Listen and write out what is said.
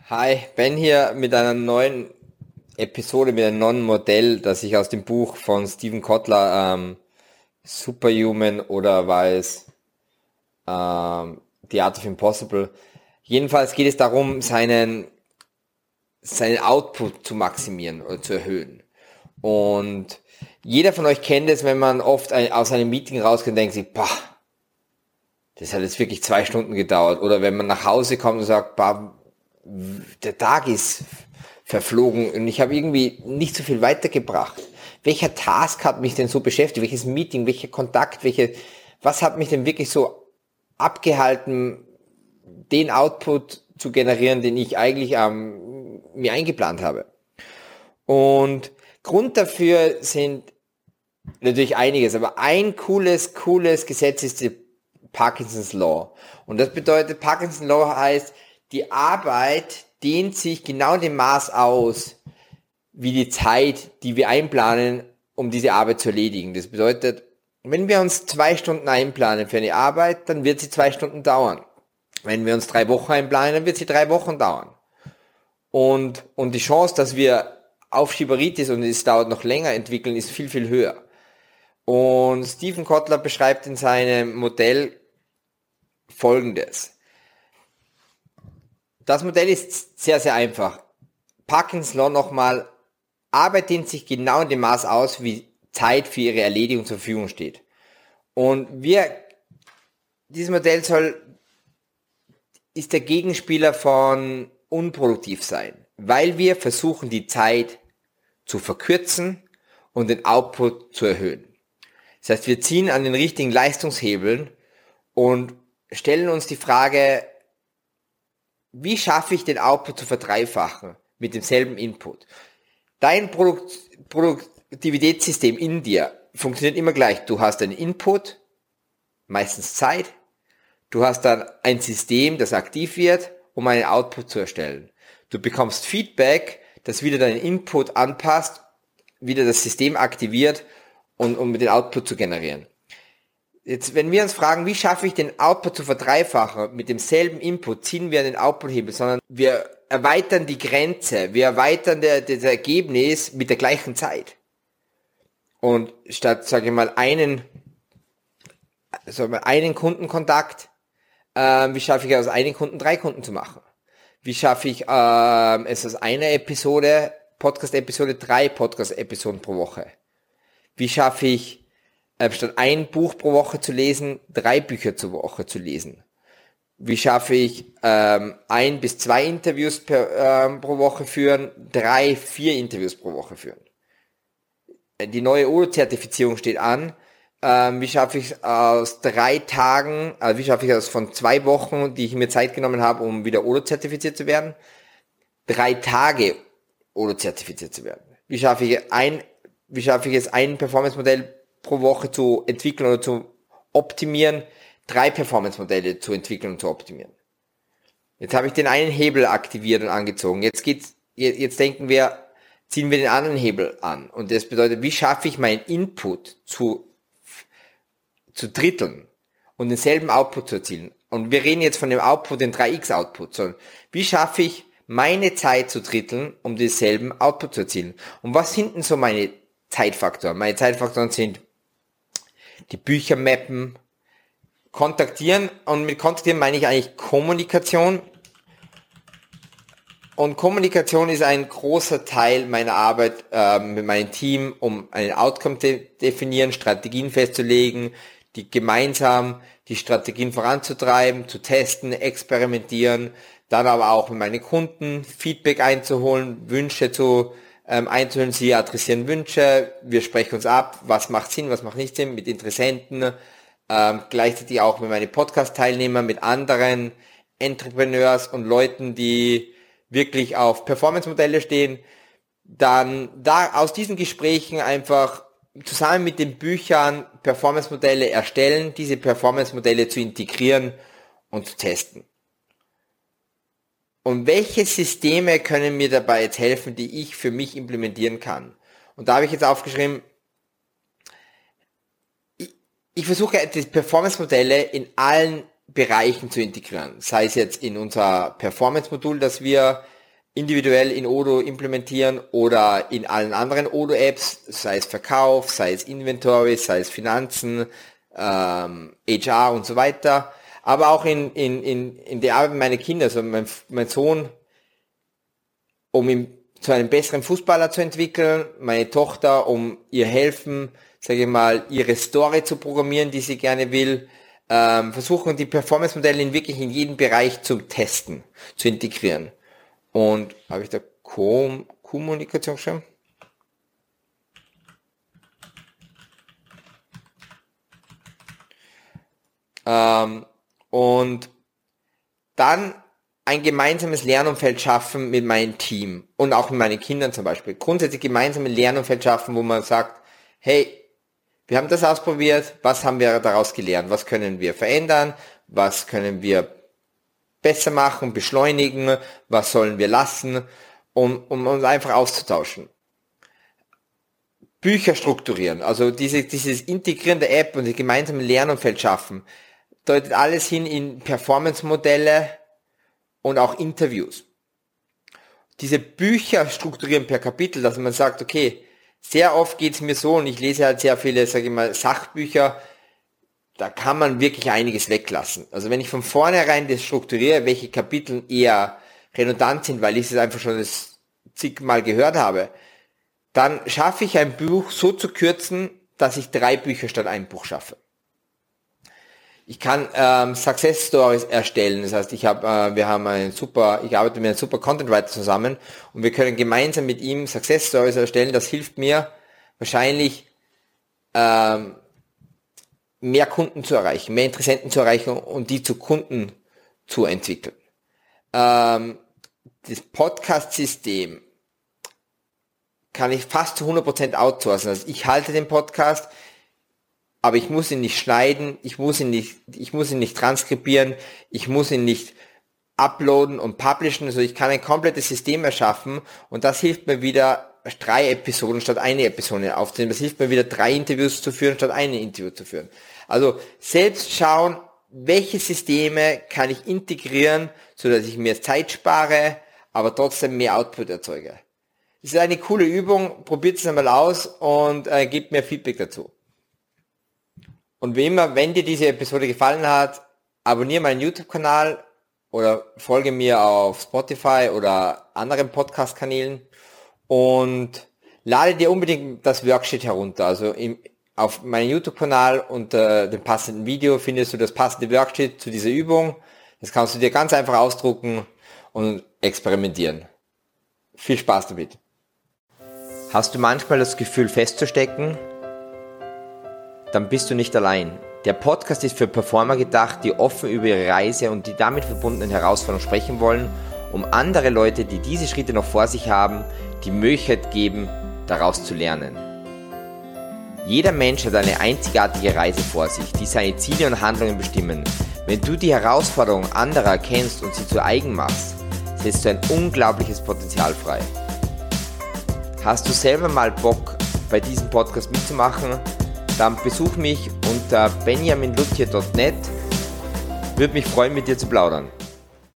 Hi, Ben hier mit einer neuen Episode, mit einem neuen Modell, das ich aus dem Buch von Steven Kotler, Superhuman oder war es The Art of Impossible. Jedenfalls geht es darum, seinen Output zu maximieren oder zu erhöhen. Und jeder von euch kennt es, wenn man oft aus einem Meeting rausgeht und denkt sich, boah, das hat jetzt wirklich 2 Stunden gedauert. Oder wenn man nach Hause kommt und sagt, boah, der Tag ist verflogen und ich habe irgendwie nicht so viel weitergebracht. Welcher Task hat mich denn so beschäftigt? Welches Meeting, welcher Kontakt, was hat mich denn wirklich so abgehalten, den Output zu generieren, den ich eigentlich mir eingeplant habe? Und Grund dafür sind natürlich einiges, aber ein cooles Gesetz ist die Parkinson's Law. Und das bedeutet, Parkinson's Law heißt, die Arbeit dehnt sich genau dem Maß aus, wie die Zeit, die wir einplanen, um diese Arbeit zu erledigen. Das bedeutet, wenn wir uns 2 Stunden einplanen für eine Arbeit, dann wird sie 2 Stunden dauern. Wenn wir uns 3 Wochen einplanen, dann wird sie 3 Wochen dauern. Und die Chance, dass wir Aufschieberitis und es dauert noch länger entwickeln, ist viel höher. Und Steven Kotler beschreibt in seinem Modell Folgendes. Das Modell ist sehr einfach. Parkinson's Law nochmal, Arbeit dehnt sich genau in dem Maß aus, wie Zeit für ihre Erledigung zur Verfügung steht. Und dieses Modell ist der Gegenspieler von unproduktiv sein, weil wir versuchen, die Zeit zu verkürzen und den Output zu erhöhen. Das heißt, wir ziehen an den richtigen Leistungshebeln und stellen uns die Frage, wie schaffe ich den Output zu verdreifachen mit demselben Input? Dein Produktivitätssystem in dir funktioniert immer gleich. Du hast einen Input, meistens Zeit. Du hast dann ein System, das aktiv wird, um einen Output zu erstellen. Du bekommst Feedback, das wieder deinen Input anpasst, wieder das System aktiviert und um den Output zu generieren. Jetzt, wenn wir uns fragen, wie schaffe ich den Output zu verdreifachen, mit demselben Input ziehen wir den Output-Hebel, sondern wir erweitern die Grenze, wir erweitern das Ergebnis mit der gleichen Zeit. Und statt, sage ich mal, einen Kundenkontakt, wie schaffe ich aus einem Kunden 3 Kunden zu machen? Wie schaffe ich es aus einer Episode, Podcast-Episode, 3 Podcast-Episoden pro Woche? Wie schaffe ich statt ein Buch pro Woche zu lesen, 3 Bücher pro Woche zu lesen? Wie schaffe ich 1 bis 2 Interviews pro Woche führen, 3, 4 Interviews pro Woche führen? Die neue OLO-Zertifizierung steht an. Wie schaffe ich es aus 3 Tagen, also wie schaffe ich es von 2 Wochen, die ich mir Zeit genommen habe, um wieder OLO-zertifiziert zu werden, 3 Tage OLO-zertifiziert zu werden? Wie schaffe ich es, ein Performance-Modell pro Woche zu entwickeln oder zu optimieren, 3 Performance-Modelle zu entwickeln und zu optimieren? Jetzt habe ich den einen Hebel aktiviert und angezogen. Jetzt denken wir, ziehen wir den anderen Hebel an. Und das bedeutet, wie schaffe ich meinen Input zu dritteln und denselben Output zu erzielen? Und wir reden jetzt von dem Output, den 3x-Output, sondern wie schaffe ich meine Zeit zu dritteln, um denselben Output zu erzielen? Und was sind denn so meine Zeitfaktoren? Meine Zeitfaktoren sind die Bücher mappen, kontaktieren, und mit kontaktieren meine ich eigentlich Kommunikation. Und Kommunikation ist ein großer Teil meiner Arbeit mit meinem Team, um einen Outcome zu definieren, Strategien festzulegen, die gemeinsam die Strategien voranzutreiben, zu testen, experimentieren, dann aber auch mit meinen Kunden Feedback einzuholen, Wünsche einzuholen. Sie adressieren Wünsche, wir sprechen uns ab, was macht Sinn, was macht nicht Sinn, mit Interessenten, gleichzeitig auch mit meinen Podcast-Teilnehmern, mit anderen Entrepreneurs und Leuten, die wirklich auf Performance-Modelle stehen. Dann da aus diesen Gesprächen einfach zusammen mit den Büchern Performance-Modelle erstellen, diese Performance-Modelle zu integrieren und zu testen. Und welche Systeme können mir dabei jetzt helfen, die ich für mich implementieren kann? Und da habe ich jetzt aufgeschrieben, ich versuche die Performance-Modelle in allen Bereichen zu integrieren. Sei es jetzt in unser Performance-Modul, das wir individuell in Odoo implementieren oder in allen anderen Odoo-Apps, sei es Verkauf, sei es Inventory, sei es Finanzen, HR und so weiter. Aber auch in der Arbeit meiner Kinder, also mein Sohn, um ihn zu einem besseren Fußballer zu entwickeln, meine Tochter, um ihr helfen, sage ich mal, ihre Story zu programmieren, die sie gerne will, versuchen die Performance-Modelle wirklich in jedem Bereich zu testen, zu integrieren. Und habe ich da Kommunikation schon? Und dann ein gemeinsames Lernumfeld schaffen mit meinem Team und auch mit meinen Kindern zum Beispiel. Grundsätzlich gemeinsame Lernumfeld schaffen, wo man sagt, hey, wir haben das ausprobiert, was haben wir daraus gelernt, was können wir verändern, was können wir besser machen, beschleunigen, was sollen wir lassen, um uns einfach auszutauschen. Bücher strukturieren, also dieses Integrieren der App und das gemeinsame Lernumfeld schaffen, deutet alles hin in Performance-Modelle und auch Interviews. Diese Bücher strukturieren per Kapitel, dass man sagt, okay, sehr oft geht's mir so, und ich lese halt sehr viele, sage ich mal, Sachbücher, da kann man wirklich einiges weglassen. Also wenn ich von vornherein das strukturiere, welche Kapitel eher redundant sind, weil ich es einfach schon das zigmal gehört habe, dann schaffe ich ein Buch so zu kürzen, dass ich 3 Bücher statt ein Buch schaffe. Ich kann Success Stories erstellen, das heißt, ich arbeite mit einem super Content Writer zusammen und wir können gemeinsam mit ihm Success Stories erstellen. Das hilft mir wahrscheinlich mehr Kunden zu erreichen, mehr Interessenten zu erreichen und die zu Kunden zu entwickeln. Das Podcast-System kann ich fast zu 100% outsourcen. Also ich halte den Podcast, aber ich muss ihn nicht schneiden, ich muss ihn nicht transkribieren, ich muss ihn nicht uploaden und publishen, also ich kann ein komplettes System erschaffen und das hilft mir wieder 3 Episoden statt eine Episode aufzunehmen, das hilft mir wieder 3 Interviews zu führen statt eine Interview zu führen. Also selbst schauen, welche Systeme kann ich integrieren, so dass ich mir Zeit spare, aber trotzdem mehr Output erzeuge. Das ist eine coole Übung, probiert es einmal aus und gebt mir Feedback dazu. Und wie immer, wenn dir diese Episode gefallen hat, abonniere meinen YouTube-Kanal oder folge mir auf Spotify oder anderen Podcast-Kanälen und lade dir unbedingt das Worksheet herunter. Also auf meinem YouTube-Kanal unter dem passenden Video findest du das passende Worksheet zu dieser Übung. Das kannst du dir ganz einfach ausdrucken und experimentieren. Viel Spaß damit. Hast du manchmal das Gefühl festzustecken? Dann bist du nicht allein. Der Podcast ist für Performer gedacht, die offen über ihre Reise und die damit verbundenen Herausforderungen sprechen wollen, um andere Leute, die diese Schritte noch vor sich haben, die Möglichkeit geben, daraus zu lernen. Jeder Mensch hat eine einzigartige Reise vor sich, die seine Ziele und Handlungen bestimmen. Wenn du die Herausforderungen anderer erkennst und sie zu eigen machst, setzt du ein unglaubliches Potenzial frei. Hast du selber mal Bock, bei diesem Podcast mitzumachen? Dann besuch mich unter benjaminluthier.net. Würde mich freuen, mit dir zu plaudern.